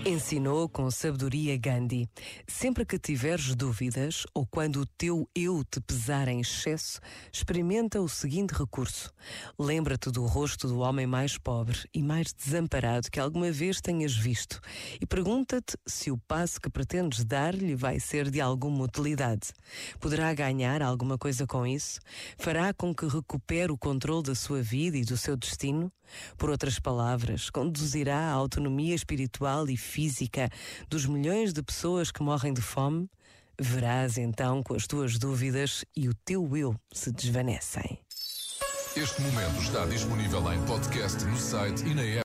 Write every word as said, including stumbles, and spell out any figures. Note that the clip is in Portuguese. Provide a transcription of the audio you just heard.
Ensinou com sabedoria Gandhi: sempre que tiveres dúvidas ou quando o teu eu te pesar em excesso, experimenta o seguinte recurso. Lembra-te do rosto do homem mais pobre e mais desamparado que alguma vez tenhas visto e pergunta-te se o passo que pretendes dar-lhe vai ser de alguma utilidade. Poderá ganhar alguma coisa com isso? Fará com que recupere o controle da sua vida e do seu destino? Por outras palavras, conduzirá à autonomia espiritual e física dos milhões de pessoas que morrem de fome? Verás então com as tuas dúvidas e o teu eu se desvanecem. Este momento está disponível em podcast no site e na app.